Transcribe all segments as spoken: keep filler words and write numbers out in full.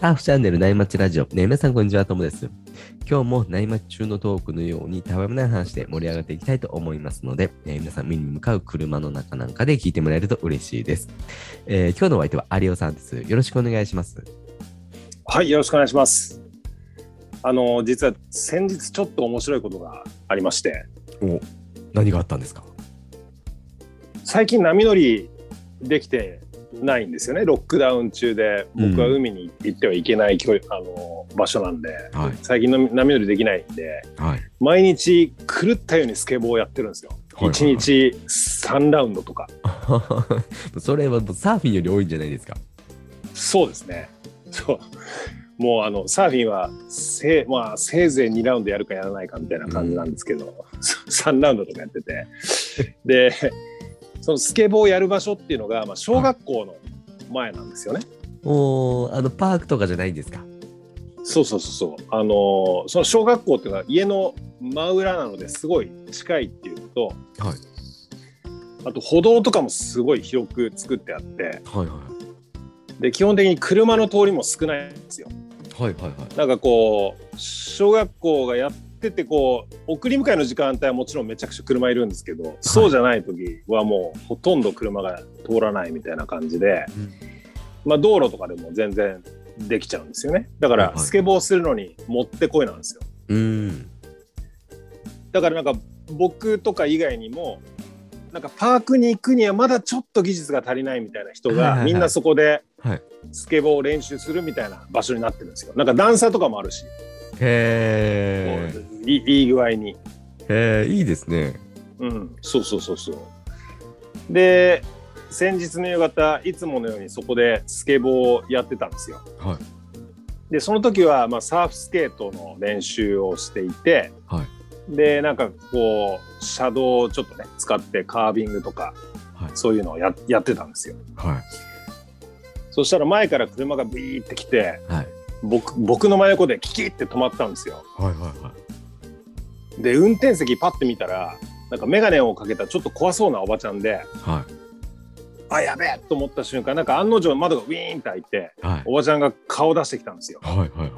サーフチャンネル内町ラジオ、ね、皆さんこんにちは、ともです。今日も内町中のトークのようにたわいもない話で盛り上がっていきたいと思いますので、えー、皆さん見に向かう車の中なんかで聞いてもらえると嬉しいです。えー、今日のお相手は有尾さんです。よろしくお願いします。 はい、よろしくお願いします。あの実は先日ちょっと面白いことがありまして。 お、何があったんですか？ 最近波乗りできてないんですよね。ロックダウン中で僕は海に行ってはいけない、うん、あの場所なんで、はい、最近の波乗りできないんで、はい、毎日狂ったようにスケボーをやってるんですよ。はいはいはい、いちにちさんラウンドとかそれはサーフィンより多いんじゃないですか？ そうですね。そうもうあのサーフィンはせ、まあ、せいぜいにラウンドやるかやらないかみたいな感じなんですけど、うん、さんラウンドとかやっててでそのスケボーをやる場所っていうのが、まあ、小学校の前なんですよね。 おー、あのパークとかじゃないんですか？ そうそうそうそう、あのー、その小学校っていうのは家の真裏なのですごい近いっていうのと、はい、あと歩道とかもすごい広く作ってあって、はいはい、で基本的に車の通りも少ないんですよ。はいはいはい、なんかこう小学校がやっててこう送り迎えの時間帯はもちろんめちゃくちゃ車いるんですけど、はい、そうじゃない時はもうほとんど車が通らないみたいな感じで、うん、まあ道路とかでも全然できちゃうんですよね。だからスケボーするのにもってこいなんですよ。うん、だからなんか僕とか以外にもなんかパークに行くにはまだちょっと技術が足りないみたいな人がみんなそこでスケボーを練習するみたいな場所になってるんですよ。なんか段差とかもあるし、へー、いい、いい具合に。 へー、いいですね。 うん、そうそうそうそう。で先日の夕方いつものようにそこでスケボーをやってたんですよ。はい、でその時はまあサーフスケートの練習をしていて、はい、でなんかこう車道をちょっとね使ってカービングとか、はい、そういうのを や, やってたんですよ。はい、そしたら前から車がビーって来て、はい、僕, 僕の真横でキキって止まったんですよ。はいはいはい、で運転席パッて見たらなんか眼鏡をかけたちょっと怖そうなおばちゃんで、はい、あやべえと思った瞬間なんか案の定窓がウィーンって開いて、はい、おばちゃんが顔出してきたんですよ。はいはいはい、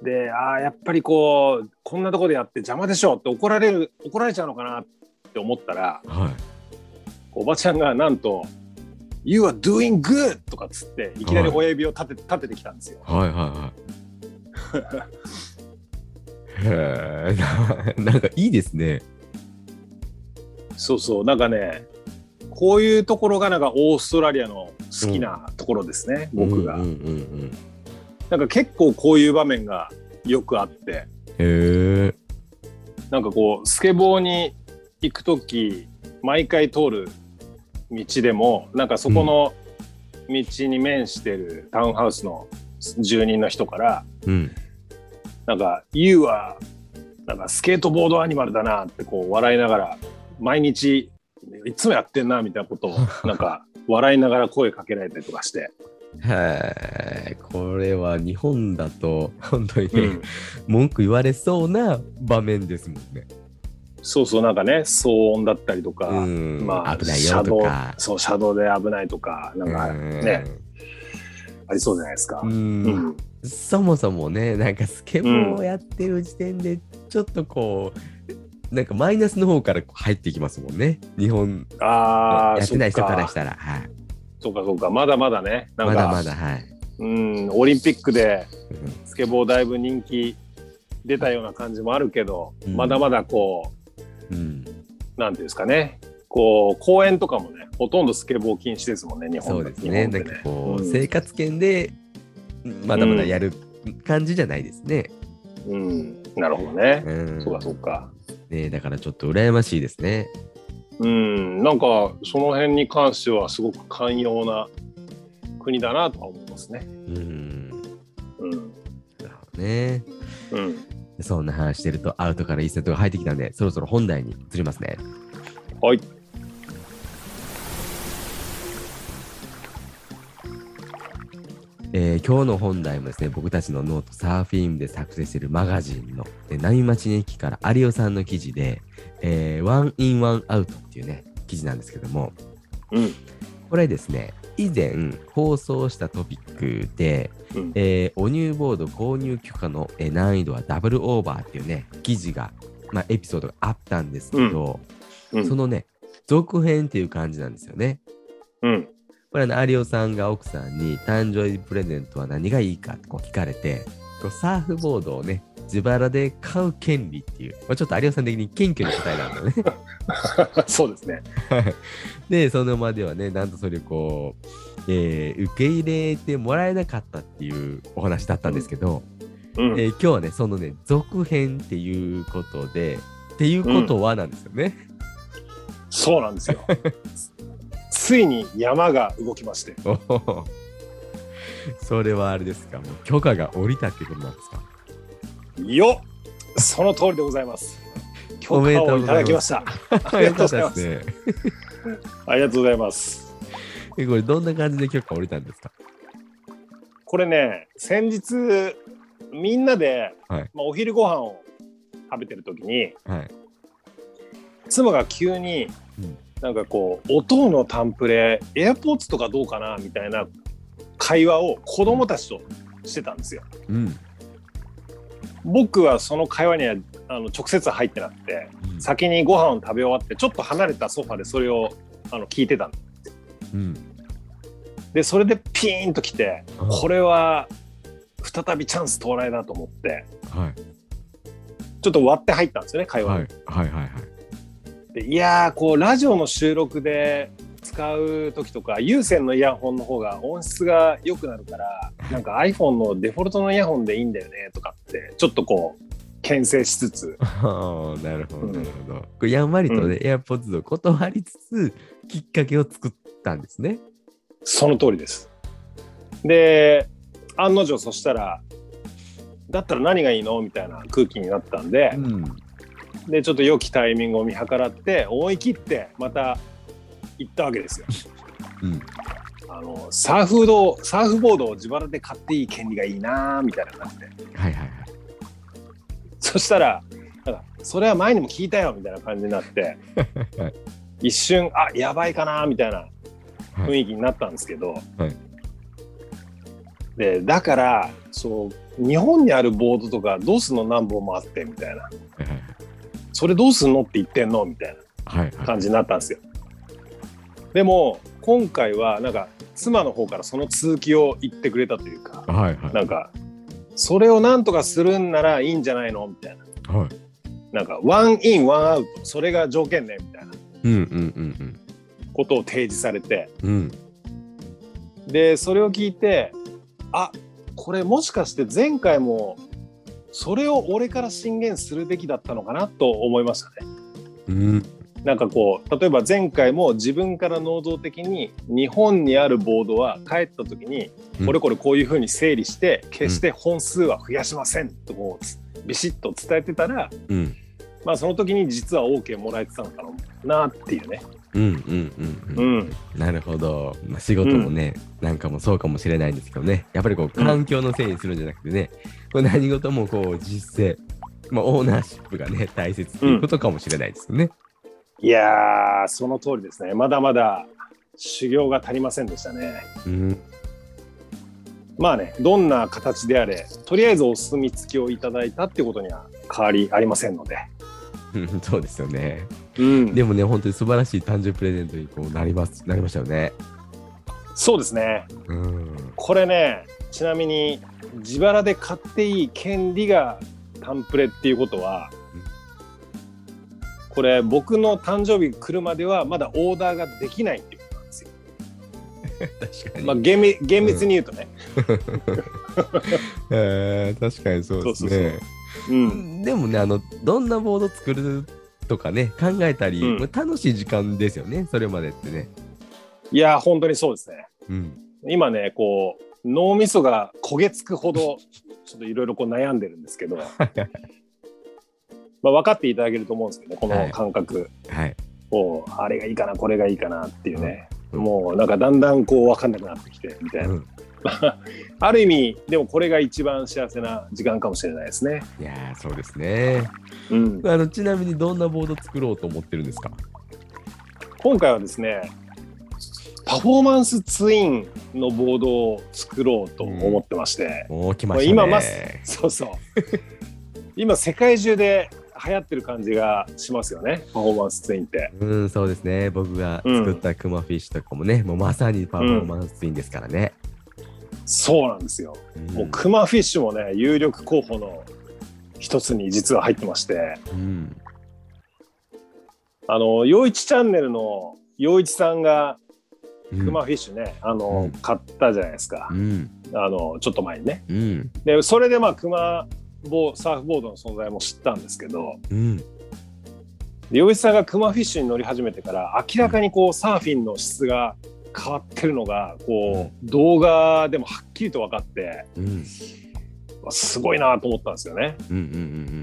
であやっぱりこうこんなとこでやって邪魔でしょって怒られる怒られちゃうのかなって思ったら、はい、おばちゃんがなんとYou are doing good とかっつっていきなり親指を立て、はい、立ててきたんですよ。はいはいはいへえなんかいいですね。 そうそうなんかねこういうところがなんかオーストラリアの好きなところですね、うん、僕が、うんうんうんうん、なんか結構こういう場面がよくあって、へー、なんかこうスケボーに行くとき毎回通る道でもなんかそこの道に面してるタウンハウスの住人の人から、うん、なんか You はなんかスケートボードアニマルだなってこう笑いながら毎日いつもやってんなみたいなことをなんか笑いながら声かけられたりとかしてへー、これは日本だと本当にね、うん、文句言われそうな場面ですもんね。 そうそうなんかね騒音だったりとか、うん、まあ危ないよとかそう車道で危ないとかなんかね、うん、ありそうじゃないですか。うん、 うん、そもそもねなんかスケボーをやってる時点でちょっとこう、うん、なんかマイナスの方から入ってきますもんね日本やってない人からしたら。はい、 そうかそうかまだまだねなんかまだまだはい、 うん、オリンピックでスケボーだいぶ人気出たような感じもあるけど、うん、まだまだこううん、なんていうんですかねこう公園とかもねほとんどスケボー禁止ですもんね日本。そうですね、なんかこう、うん、生活圏でまだまだやる感じじゃないですね。 うん、うん、なるほどね、うん、そうかそうか、 ね、だからちょっと羨ましいですね。 うん、なんかその辺に関してはすごく寛容な国だなとは思いますね。うん、 うん、なるほどね。うん、そんな話してるとアウトからいいセットが入ってきたんでそろそろ本題に移りますね。 はい、 えー、今日の本題もですね僕たちのノートサーフィンで作成しているマガジンの波町日記から有尾さんの記事で、えー、ワンインワンアウトっていうね記事なんですけども、うん、これですね以前放送したトピックで、うんえー、おニューボード購入許可の難易度はダブルオーバーっていうね記事が、まあ、エピソードがあったんですけど、うんうん、そのね続編っていう感じなんですよね。うん、これは有尾さんが奥さんに誕生日プレゼントは何がいいかってこう聞かれて、こうサーフボードをね自腹で買う権利っていう、まあ、ちょっと有尾さん的に謙虚な答えなんだよね。 そうですね。 でその場ではねなんとそれをこう、えー、受け入れてもらえなかったっていうお話だったんですけど、うんうんえー、今日はねそのね続編っていうことでっていうことはなんですよね。うんそうなんですよ。ついに山が動きまして。 それはあれですか、もう許可が下りたってことなんですか。 よっ、その通りでございます。許可をいただきました。ありがとうございます。ありがとうございます。 え、これどんな感じで許可下りたんですか。 これね、先日みんなで、はいまあ、お昼ご飯を食べてる時に、はい、妻が急に、うんなんかこう音のタンプレ AirPods とかどうかなみたいな会話を子供たちとしてたんですよ、うん、僕はその会話にはあの直接入ってなくて、うん、先にご飯を食べ終わってちょっと離れたソファでそれをあの聞いてたんですよ、うん、でそれでピーンときて、うん、これは再びチャンス到来だと思って、はい、ちょっと割って入ったんですよね会話に、はいはいはいはいいやーこうラジオの収録で使う時とか有線のイヤホンの方が音質が良くなるからなんか iPhone のデフォルトのイヤホンでいいんだよねとかってちょっとこう牽制しつつあなるほどなるほど、うん、これやんわりとね、うん、AirPods を断りつつきっかけを作ったんですね。 その通りです。で案の定そしたらだったら何がいいのみたいな空気になったんで、うんでちょっと良きタイミングを見計らって思い切ってまた行ったわけですよ、うん、あのサーフドサーフボードを自腹で買っていい権利がいいなみたいな感じで、はいはいはい、そしたらなんかそれは前にも聞いたよみたいな感じになって、はい、一瞬あやばいかなみたいな雰囲気になったんですけど、はいはい、でだからそう日本にあるボードとかどうすんの何本もあってみたいな、はいはいそれどうすんのって言ってんのみたいな感じになったんですよ、はいはい、でも今回はなんか妻の方からその続きを言ってくれたというか、はいはい、なんかそれをなんとかするんならいいんじゃないのみたいな、はい、なんかワンインワンアウトそれが条件ねみたいなことを提示されて、うん、でそれを聞いてあこれもしかして前回もそれを俺から進言するべきだったのかなと思いましたね、うん、なんかこう例えば前回も自分から能動的に日本にあるボードは帰った時に、うん、これこれこういう風に整理して決して本数は増やしませんとこうビシッと伝えてたら、うん、まあその時に実は OK もらえてたのかなっていうね。うんうんうんうん、うん、 なるほど、まあ、仕事もね、うん、なんかもそうかもしれないんですけどねやっぱりこう環境のせいにするんじゃなくてね、うん、これ何事もこう実践、まあ、オーナーシップがね大切っていうことかもしれないですよね、 うん、いやーその通りですね。まだまだ修行が足りませんでしたね、うん、まあねどんな形であれとりあえずお墨付きをいただいたっていうことには変わりありませんのでそうですよね、うん、でもね本当に素晴らしい誕生日プレゼントにこうなりますなりましたよね。 そうですね、うん、これねちなみに自腹で買っていい権利がタンプレっていうことは、うん、これ僕の誕生日来るまではまだオーダーができないっていうことなんですよ確かに、まあ、厳密、厳密に言うとね、うんえー、確かにそうですね。そうそうそううん、でもねあのどんなボード作るとかね考えたり、うん、楽しい時間ですよねそれまでってね。 いや本当にそうですね、うん、今ねこう脳みそが焦げつくほどちょっといろいろ悩んでるんですけどまあ分かっていただけると思うんですけどねこの感覚、はいはい、こうあれがいいかなこれがいいかなっていうね、うん、もうなんかだんだんこう分かんなくなってきてみたいな、うんある意味でもこれが一番幸せな時間かもしれないですね。 いやそうですね、うん、あのちなみにどんなボード作ろうと思ってるんですか。 今回はですねパフォーマンスツインのボードを作ろうと思ってまして、 うん、お来ましたね。 今まそうそう今世界中で流行ってる感じがしますよね、パフォーマンスツインって。 うん、そうですね。僕が作ったクマフィッシュとかもね、うん、もうまさにパフォーマンスツインですからね。 うん、そうなんですよ、うん、もうクマフィッシュもね有力候補の一つに実は入ってまして、うん、あの陽一チャンネルの陽一さんがクマフィッシュね、うん、あの、うん、買ったじゃないですか、うん、あのちょっと前にね、うん、でそれでまあクマボサーフボードの存在も知ったんですけど、うん、陽一さんがクマフィッシュに乗り始めてから明らかにこうサーフィンの質が変わってるのがこう、うん、動画でもはっきりと分かって、うん、すごいなと思ったんですよね、うんうんうんうん、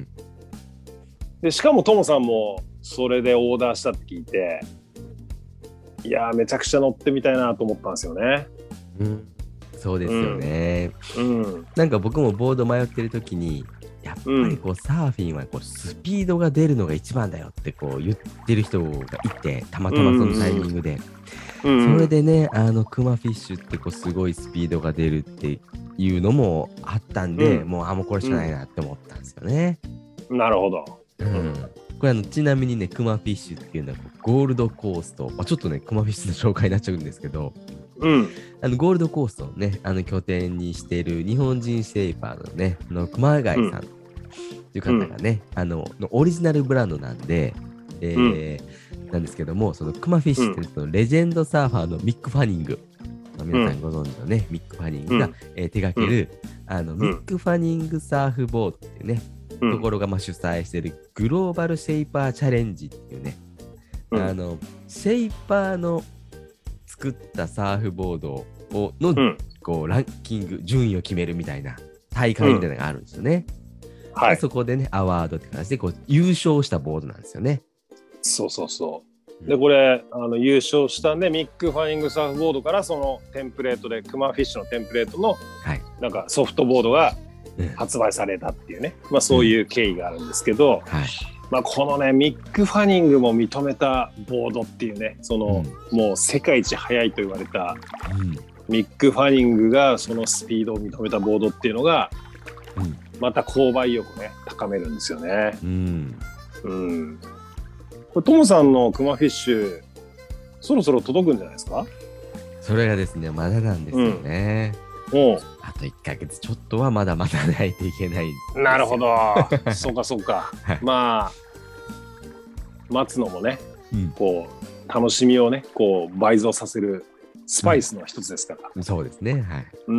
でしかもトモさんもそれでオーダーしたって聞いて、いやーめちゃくちゃ乗ってみたいなと思ったんですよね、 うん、そうですよね、うんうん、なんか僕もボード迷ってる時にやっぱりこうサーフィンはこうスピードが出るのが一番だよってこう言ってる人がいて、たまたまそのタイミングで、うんうん、それでねあのクマフィッシュってこうすごいスピードが出るっていうのもあったんで、うん、もうあもうこれしかないなって思ったんですよね、 うん、なるほど、 うん、これあのちなみにねクマフィッシュっていうのはゴールドコースト、まあ、ちょっとねクマフィッシュの紹介になっちゃうんですけど、うん、あのゴールドコーストをねあの拠点にしている日本人シェイパーのねの熊谷さんという方がね、うん、あののオリジナルブランドなんで、えーうん、なんですけども、そのクマフィッシュっていうそのレジェンドサーファーのミック・ファニング、うん、皆さんご存知のねミック・ファニングが、うんえー、手掛ける、うん、あのミック・ファニングサーフボードっていうね、うん、ところがまあ主催しているグローバルシェイパーチャレンジっていうね、うん、あのシェイパーの作ったサーフボードをの、うん、こうランキング順位を決めるみたいな大会みたいなのがあるんですよね、うんはい、そこでねアワードって形でこう優勝したボードなんですよね。 そうそうそう、でこれあの優勝したんでミック・ファニングサーフボードからそのテンプレートでクマフィッシュのテンプレートの、はい、なんかソフトボードが発売されたっていうね、うんまあ、そういう経緯があるんですけど、うんはいまあ、このねミック・ファニングも認めたボードっていうねその、うん、もう世界一速いと言われた、うん、ミック・ファニングがそのスピードを認めたボードっていうのが、うん、また購買意欲ね高めるんですよね、うんうん、これトモさんのクマフィッシュそろそろ届くんじゃないですか？ それがですねまだなんですよね、うん、あといっかげつちょっとはまだ待たないといけないんですよ。 なるほどそうかそうか、はい、まあ待つのもね、うん、こう楽しみをねこう倍増させるスパイスの一つですから、 うん、そうですねはい、 うん、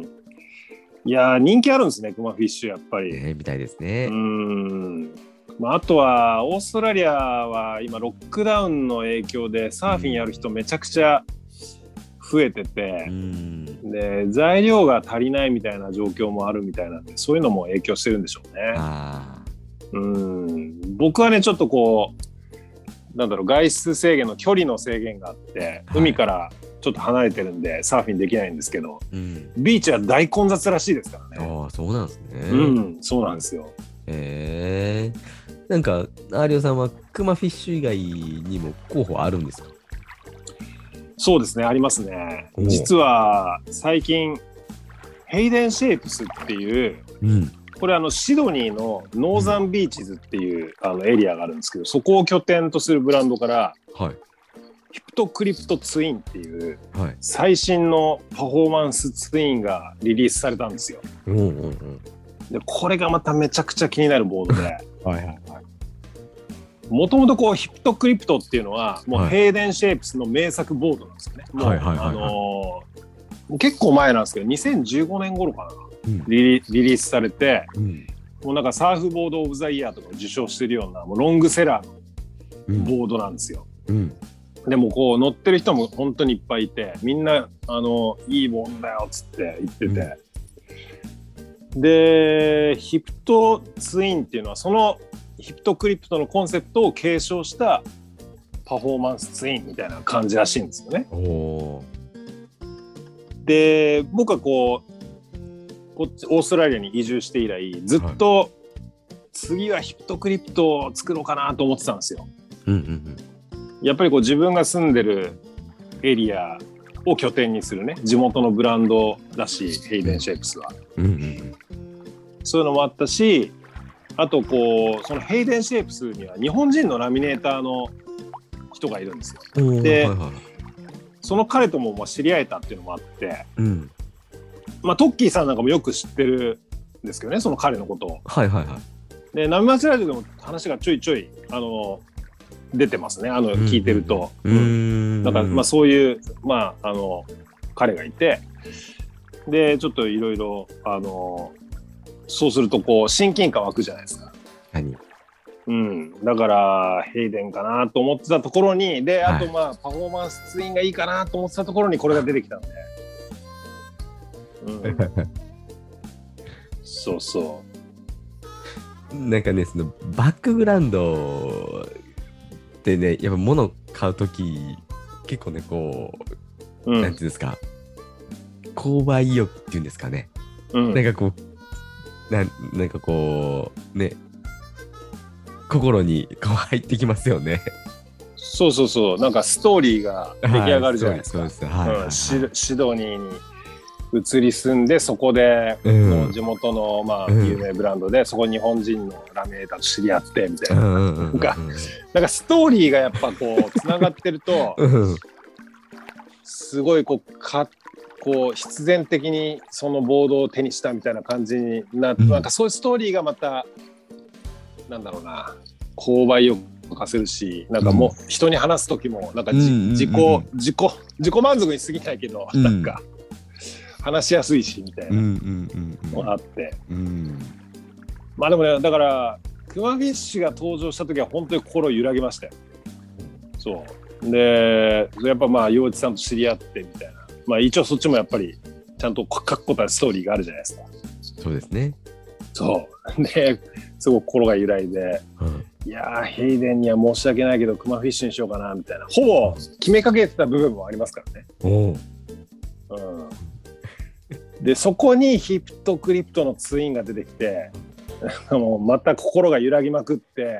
いや人気あるんですねクマフィッシュやっぱり、 ね、みたいですね。 うんまあ、あとはオーストラリアは今ロックダウンの影響でサーフィンやる人めちゃくちゃ増えてて、うん、で材料が足りないみたいな状況もあるみたいなんでそういうのも影響してるんでしょうね。あうん僕はねちょっとこうなんだろう外出制限の距離の制限があって、はい、海からちょっと離れてるんでサーフィンできないんですけど、うん、ビーチは大混雑らしいですからね。 ああそうなんですね。 うんそうなんですよ。 へえーなんか有オさんはクマフィッシュ以外にも候補あるんですか？ そうですねありますね。実は最近ヘイデンシェイプスっていう、うん、これあのシドニーのノーザンビーチズっていう、うん、あのエリアがあるんですけどそこを拠点とするブランドから、はい、ヒプトクリプトツインっていう、はい、最新のパフォーマンスツインがリリースされたんですよ、うんうんうん、でこれがまためちゃくちゃ気になるボードではいはいはいもともとこうヒプトクリプトっていうのはもうヘイデンシェイプスの名作ボードなんですよね。もうあのー、結構前なんですけどにせんじゅうごねん頃かな、うん、リ, リ, リリースされて、うん、もうなんかサーフボードオブザイヤーとか受賞してるようなもうロングセラーのボードなんですよ、うんうん、でもこう乗ってる人も本当にいっぱいいてみんなあのいいボードだよっつって言ってて、うん、でヒプトツインっていうのはそのヒプトクリプトのコンセプトを継承したパフォーマンスツインみたいな感じらしいんですよね。おで僕はこうこっちオーストラリアに移住して以来ずっと、はい、次はヒプトクリプトを作ろうかなと思ってたんですよ、うんうんうん、やっぱりこう自分が住んでるエリアを拠点にするね、地元のブランドらしい、ヘイデンシェイプスは、 うんうんうん、そういうのもあったし、あとこうそのヘイデンシェイプスには日本人のラミネーターの人がいるんですよ。で、はいはい、その彼ともまあ知り合えたっていうのもあって、うん、まあ、トッキーさんなんかもよく知ってるんですけどね、その彼のことを。 はいはいはい。 で、ナミマチラジオでも話がちょいちょいあの出てますね、あの聞いてると。うんうん、だからまあそういう、まあ、あの彼がいて、でちょっといろいろあのそうするとこう親近感湧くじゃないですか。 何？ うん、だからヘイデンかなと思ってたところに、であとまあ、はい、パフォーマンスツインがいいかなと思ってたところにこれが出てきたんで、うん、そうそう。 なんかね、そのバックグラウンドでね、やっぱ物買うとき結構ねこう、うん、なんていうんですか、購買意欲っていうんですかね、うん、なんかこうな、なんかこうね、心にこう入ってきますよね。 そうそうそう、なんかストーリーが出来上がるじゃないですか。はい、そうです、はいはいはい、シドニーに移り住んで、そこで、うん、の地元の、まあ、有名ブランドで、うん、そこ日本人のラミネーターと知り合ってみたいな、うん、なんか、なんかストーリーがやっぱこうつながってると、うん、すごいこうかこう必然的にそのボードを手にしたみたいな感じになって、うん、なんかそういうストーリーがまたなんだろうな、購買を沸かせるし、なんかもう人に話す時もなんかじ、うん、自己自己自己満足に過ぎないけど、うん、なんか話しやすいしみたいなのがあって、うんうんうん、まあでもね、だからクマフィッシュが登場した時は本当に心揺らぎましたよ。そうで、やっぱまあ陽一さんと知り合ってみたいな、まあ一応そっちもやっぱりちゃんと確固たるストーリーがあるじゃないですか。 そうですね。 そうですごく心が揺らいで、うん、いやーヘイデンには申し訳ないけどクマフィッシュにしようかなみたいな、ほぼ決めかけてた部分もありますからね。おう、うん、でそこにヒプトクリプトのツインが出てきてもうまた心が揺らぎまくって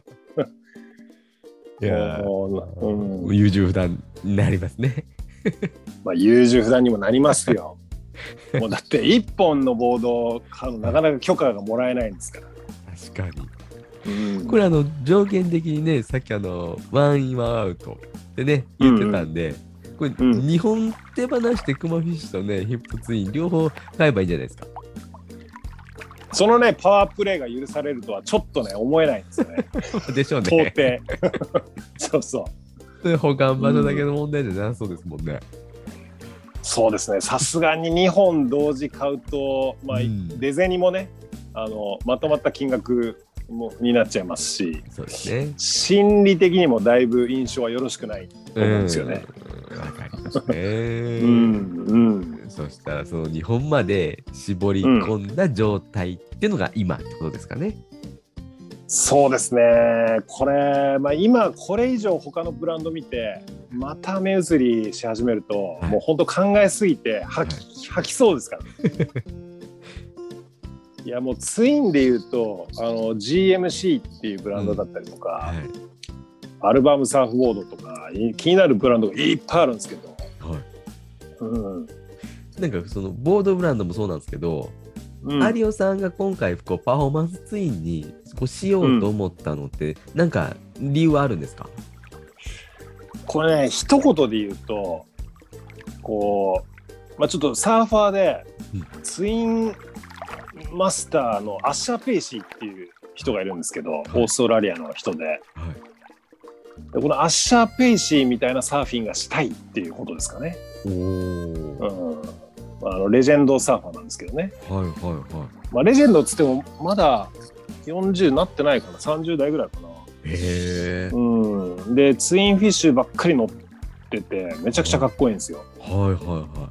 いやー、うん、優柔不断になりますねまあ優柔不断にもなりますよもうだって一本のボードを買うのなかなか許可がもらえないんですから。 確かに、うん、これあの条件的にね、さっきあのワンインワンアウトってね言ってたんで、うんうん、これ、うん、にほん手放してクマフィッシュとねヒップツイン両方買えばいいんじゃないですか。 そのねパワープレイが許されるとはちょっとね思えないんですよねでしょうね、 到底そうそう保管場所だけの問題じゃなそうですもんね、うん、 そうですね、さすがににほん同時買うと、まあうん、デゼニもねあのまとまった金額もになっちゃいますし、 そうですね、 心理的にもだいぶ印象はよろしくないと思うんですよね。 わかりますねうんうん、そしたらそのにほんまで絞り込んだ状態っていうのが今ってことですかね、うん、 そうですね、これ、まあ、今これ以上他のブランド見てまた目移りし始めると、はい、もう本当考えすぎて吐き、はい、吐きそうですからねいやもうツインで言うとあの ジーエムシー っていうブランドだったりとか、うんはい、アルバムサーフボードとか気になるブランドがいっぱいあるんですけど、はいうん、なんかそのボードブランドもそうなんですけど、うん、有オさんが今回こうパフォーマンスツインにこうしようと思ったのって、うん、なんか理由はあるんですか？ これね一言で言うとこう、まあ、ちょっとサーファーでツインマスターのアッシャー・ペイシーっていう人がいるんですけど、はい、オーストラリアの人で、はい、でこのアッシャー・ペイシーみたいなサーフィンがしたいっていうことですかね。お、うん、あのレジェンドサーファーなんですけどね、はいはいはい、まあ、レジェンドっつってもまだよんじゅうなってないかな、さんじゅう代ぐらいかな。へー、うん、でツインフィッシュばっかり乗っててめちゃくちゃかっこいいんですよ。はいはいはい。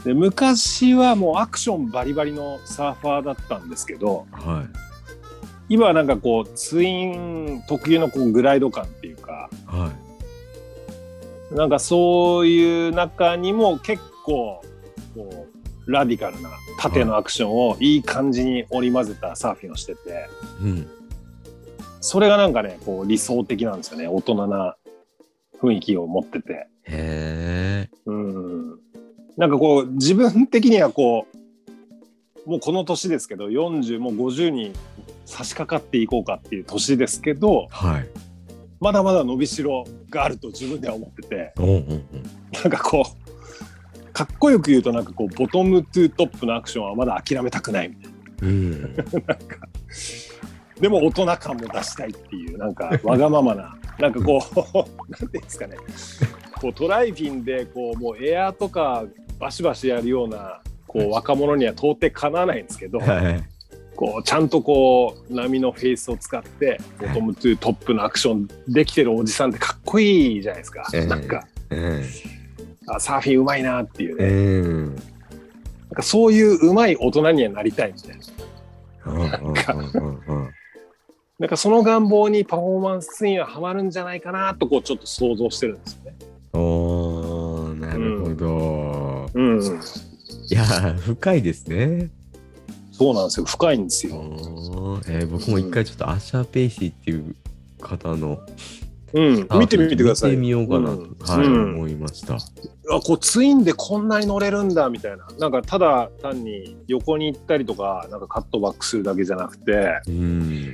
で昔はもうアクションバリバリのサーファーだったんですけど、はい、今はなんかこうツイン特有のこうグライド感っていうか、はい、なんかそういう中にも結構こうラディカルな縦のアクションをいい感じに織り交ぜたサーフィンをしてて、うん、それがなんかねこう理想的なんですよね。大人な雰囲気を持ってて。へー、うん、 なんかこう自分的にはこうもうこの年ですけどよんじゅうもうごじゅうに差し掛かっていこうかっていう年ですけど、 はい、 まだまだ伸びしろがあると自分では思ってて、 うんうんうん、 なんかこうかっこよく言うとなんかこうボトムトゥートップのアクションはまだ諦めたくないみたいな、うん、なんかでも大人感も出したいっていうなんかわがままななんかこうなんていうんですかね、こうトライフィンでこうもうエアとかバシバシやるようなこう若者には到底かなわないんですけど、はい、こうちゃんとこう波のフェイスを使ってボトムトゥートップのアクションできてるおじさんってかっこいいじゃないですか、なんか、えー、あサーフィンうまいなっていうね、えー、なんかそういううまい大人にはなりたいみたいな、なんかなんかその願望にパフォーマンスツインはハマるんじゃないかなとこうちょっと想像してるんですよね。 おー、なるほど、 うんうん、いや深いですね。 そうなんですよ、深いんですよ。 えー、僕も一回ちょっとアッシャー・ペイシーっていう方の、 うん、見てみてください。 見てみようかなと、うんはいうん、思いました。 あ、こうツインでこんなに乗れるんだみたいな、なんかただ単に横に行ったりとかなんかカットバックするだけじゃなくて、うん、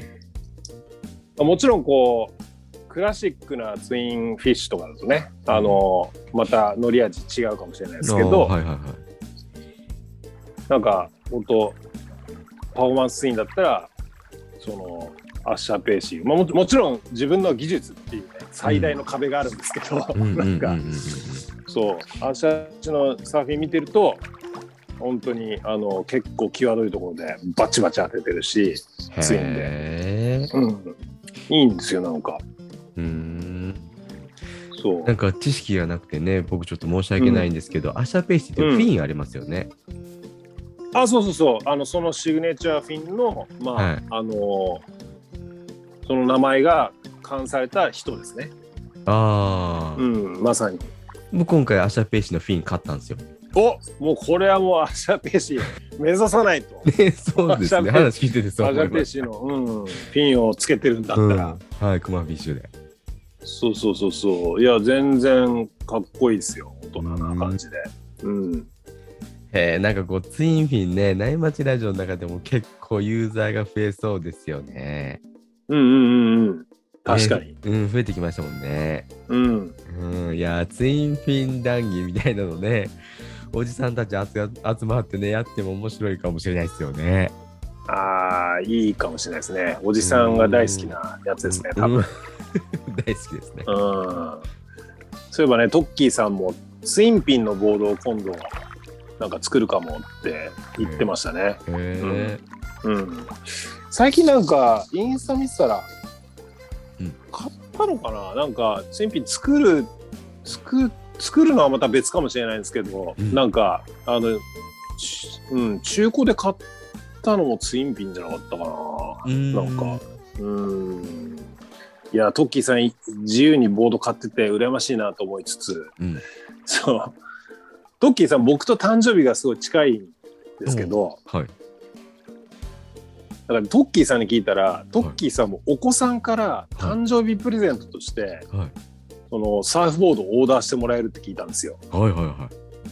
もちろんこうクラシックなツインフィッシュとかだとね、うん、あのまた乗り味違うかもしれないですけど、はいはいはい、なんか本当パフォーマンスツインだったらそのアッシャー・ペイシー、まあ、も, もちろん自分の技術っていうね最大の壁があるんですけど、うん、なんか、うんうんうんうん、そうアッシャーのサーフィン見てると本当にあの結構際どいところでバチバチ当ててるしツインで、うん、いいんですよなんか。うーんそうなんか知識がなくてね僕ちょっと申し訳ないんですけど、うん、アッシャー・ペイシーってフィンありますよね、 うん、あそうそうそうあのそのシグネチャーフィンのまあ、はい、あのその名前が冠された人ですね。ああ、うん、まさに僕今回アッシャー・ペイシーのフィン買ったんですよ。 おもうこれはもうアッシャー・ペイシー目指さないと、 ね、そうですね話聞いててそう思います。アッシャー・ペイシーの、うん、フィンをつけてるんだったら、 うん、はいクマフィッシュでそうそうそうそういや全然かっこいいですよ大人な感じで、うん、うん、 へえなんかこうツインフィンね内町ラジオの中でも結構ユーザーが増えそうですよね。 うんうんうんうん確かに、 ね、うん増えてきましたもんね。 うん、 うん、いやツインフィン談義みたいなのねおじさんたち集まってねやっても面白いかもしれないですよね。 ああいいかもしれないですね。おじさんが大好きなやつですね、多分。 大好きですね。 うん。そういえばねトッキーさんもツインピンのボードを今度なんか作るかもって言ってましたね。へえ、うんうん。最近なんかインスタ見てたら、うん、買ったのかななんかツインピン作る作作るのはまた別かもしれないんですけど、うん、なんかあの、うん、中古で買ったのもツインピンじゃなかったかな。うんなんかうんいやトッキーさん自由にボード買ってて羨ましいなと思いつつ、うん、そうトッキーさん僕と誕生日がすごい近いんですけど、うんはい、だからトッキーさんに聞いたらトッキーさんもお子さんから誕生日プレゼントとして、はいはい、そのサーフボードをオーダーしてもらえるって聞いたんですよ。はいはいはい。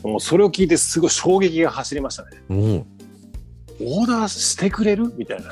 もうそれを聞いてすごい衝撃が走りましたね。オーダーしてくれるみたいな。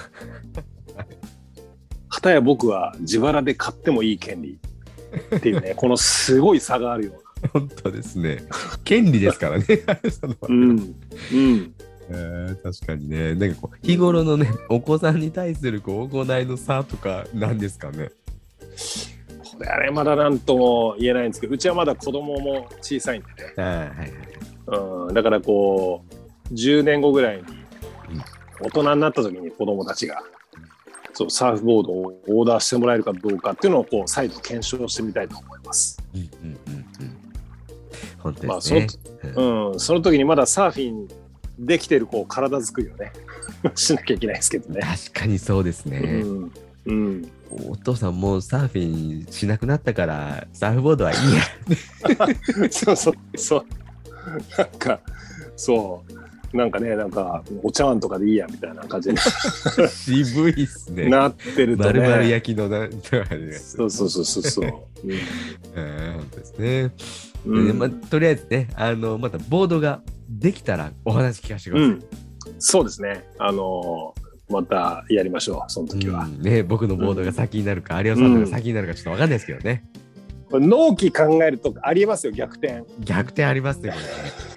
はたや僕は自腹で買ってもいい権利っていうねこのすごい差があるような。 本当ですね。権利ですからね。うんうん。えー、確かにね。なんかこう日頃のねお子さんに対するこう行いの差とかなんですかね。 これあれまだ何とも言えないんですけどうちはまだ子供も小さいんでね、はいはいうん、だからこうじゅうねんごぐらいに大人になった時に子供たちがそうサーフボードをオーダーしてもらえるかどうかっていうのをこう再度検証してみたいと思います。うんうんうんうん、 本当ですね。 まあ、その、うん、その時にまだサーフィンできてるこう体作りをねしなきゃいけないですけどね。 確かにそうですね。うんうん、お父さんもうサーフィンしなくなったからサーフボードはいいやそうそうそうなんかそうなんかねなんかお茶碗とかでいいやみたいな感じで渋いっすねなってるとね丸々焼きのなそうそうそうそうそう、うんえー、本当ですね、うんでまあ、とりあえずねあのまたボードができたらお話聞かせてください。うん、 そうですね。あのー、またやりましょう、その時は。 うんね、僕のボードが先になるか、有吉さんのが先になるかちょっと分かんないですけどね。 これ納期考えるとありえますよ、逆転。 逆転ありますよ、こ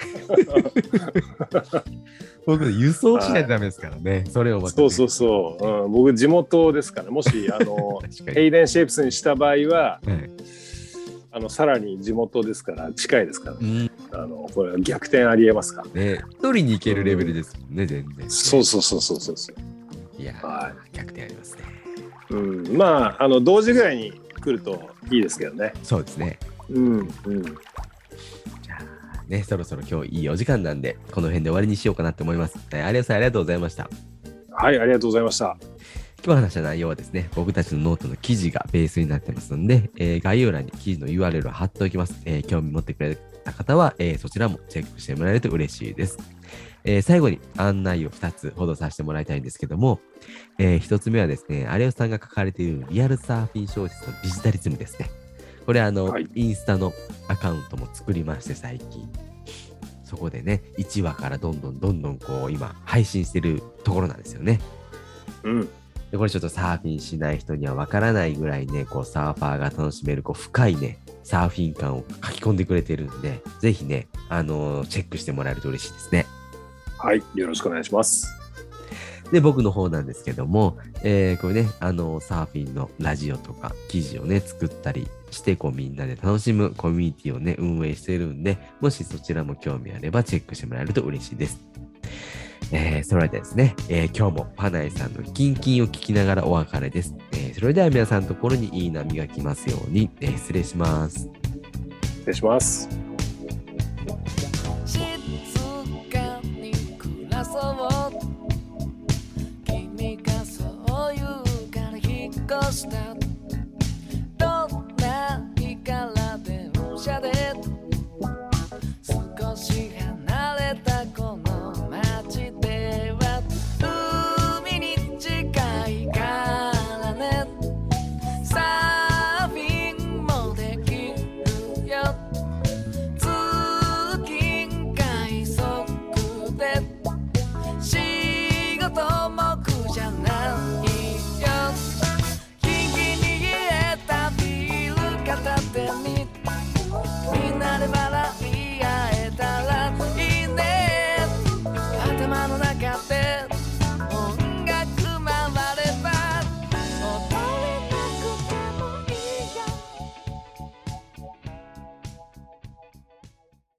れ。僕の輸送しないとダメですからね、はい、それを待って、ね、 そうそうそう、うん、僕地元ですから、もしあのヘイデンシェイプスにした場合は、はい、あのさらに地元ですから近いですから、ね、うん、あのこれは逆転ありえますからね。取りに行けるレベルですもんね、うん、全然。 そうそうそうそうそうそう。 いや、はい、逆転ありますね。 うん、まああの同時ぐらいに来るといいですけどね。 そうですね。 うんうん。 じゃあね、そろそろ今日いいお時間なんで、この辺で終わりにしようかなと思います。有吉さん、ありがとうございました。 はい、ありがとうございました。 今日話した内容はですね、僕たちのノートの記事がベースになってますので、えー、概要欄に記事の ユーアールエル を貼っておきます。えー、興味持ってくれた方は、えー、そちらもチェックしてもらえると嬉しいです。えー、最後に案内をふたつほどさせてもらいたいんですけども、えー、ひとつめはですね、有吉さんが書かれているリアルサーフィン小説のビジタリズムですね。これあの、はい、インスタのアカウントも作りまして、最近。そこでね、いちわからどんどんどんどんこう今配信してるところなんですよね。 うん。 でこれちょっとサーフィンしない人にはわからないぐらいね、こうサーファーが楽しめるこう深いね、サーフィン感を書き込んでくれてるんで、ぜひね、あのー、チェックしてもらえると嬉しいですね。 はい、よろしくお願いします。 で、僕の方なんですけども、えー、これね、あのー、サーフィンのラジオとか記事をね、作ったりして、こうみんなで楽しむコミュニティをね、運営してるんで、もしそちらも興味あればチェックしてもらえると嬉しいです。えー、それではですね、えー、今日もパナイさんのキンキンを聞きながらお別れです。えー、それでは皆さんのところにいい波が来ますように、えー、失礼します。 失礼します。 静かに暮らそう。君がそう言うから引っ越した。どんな日から電車で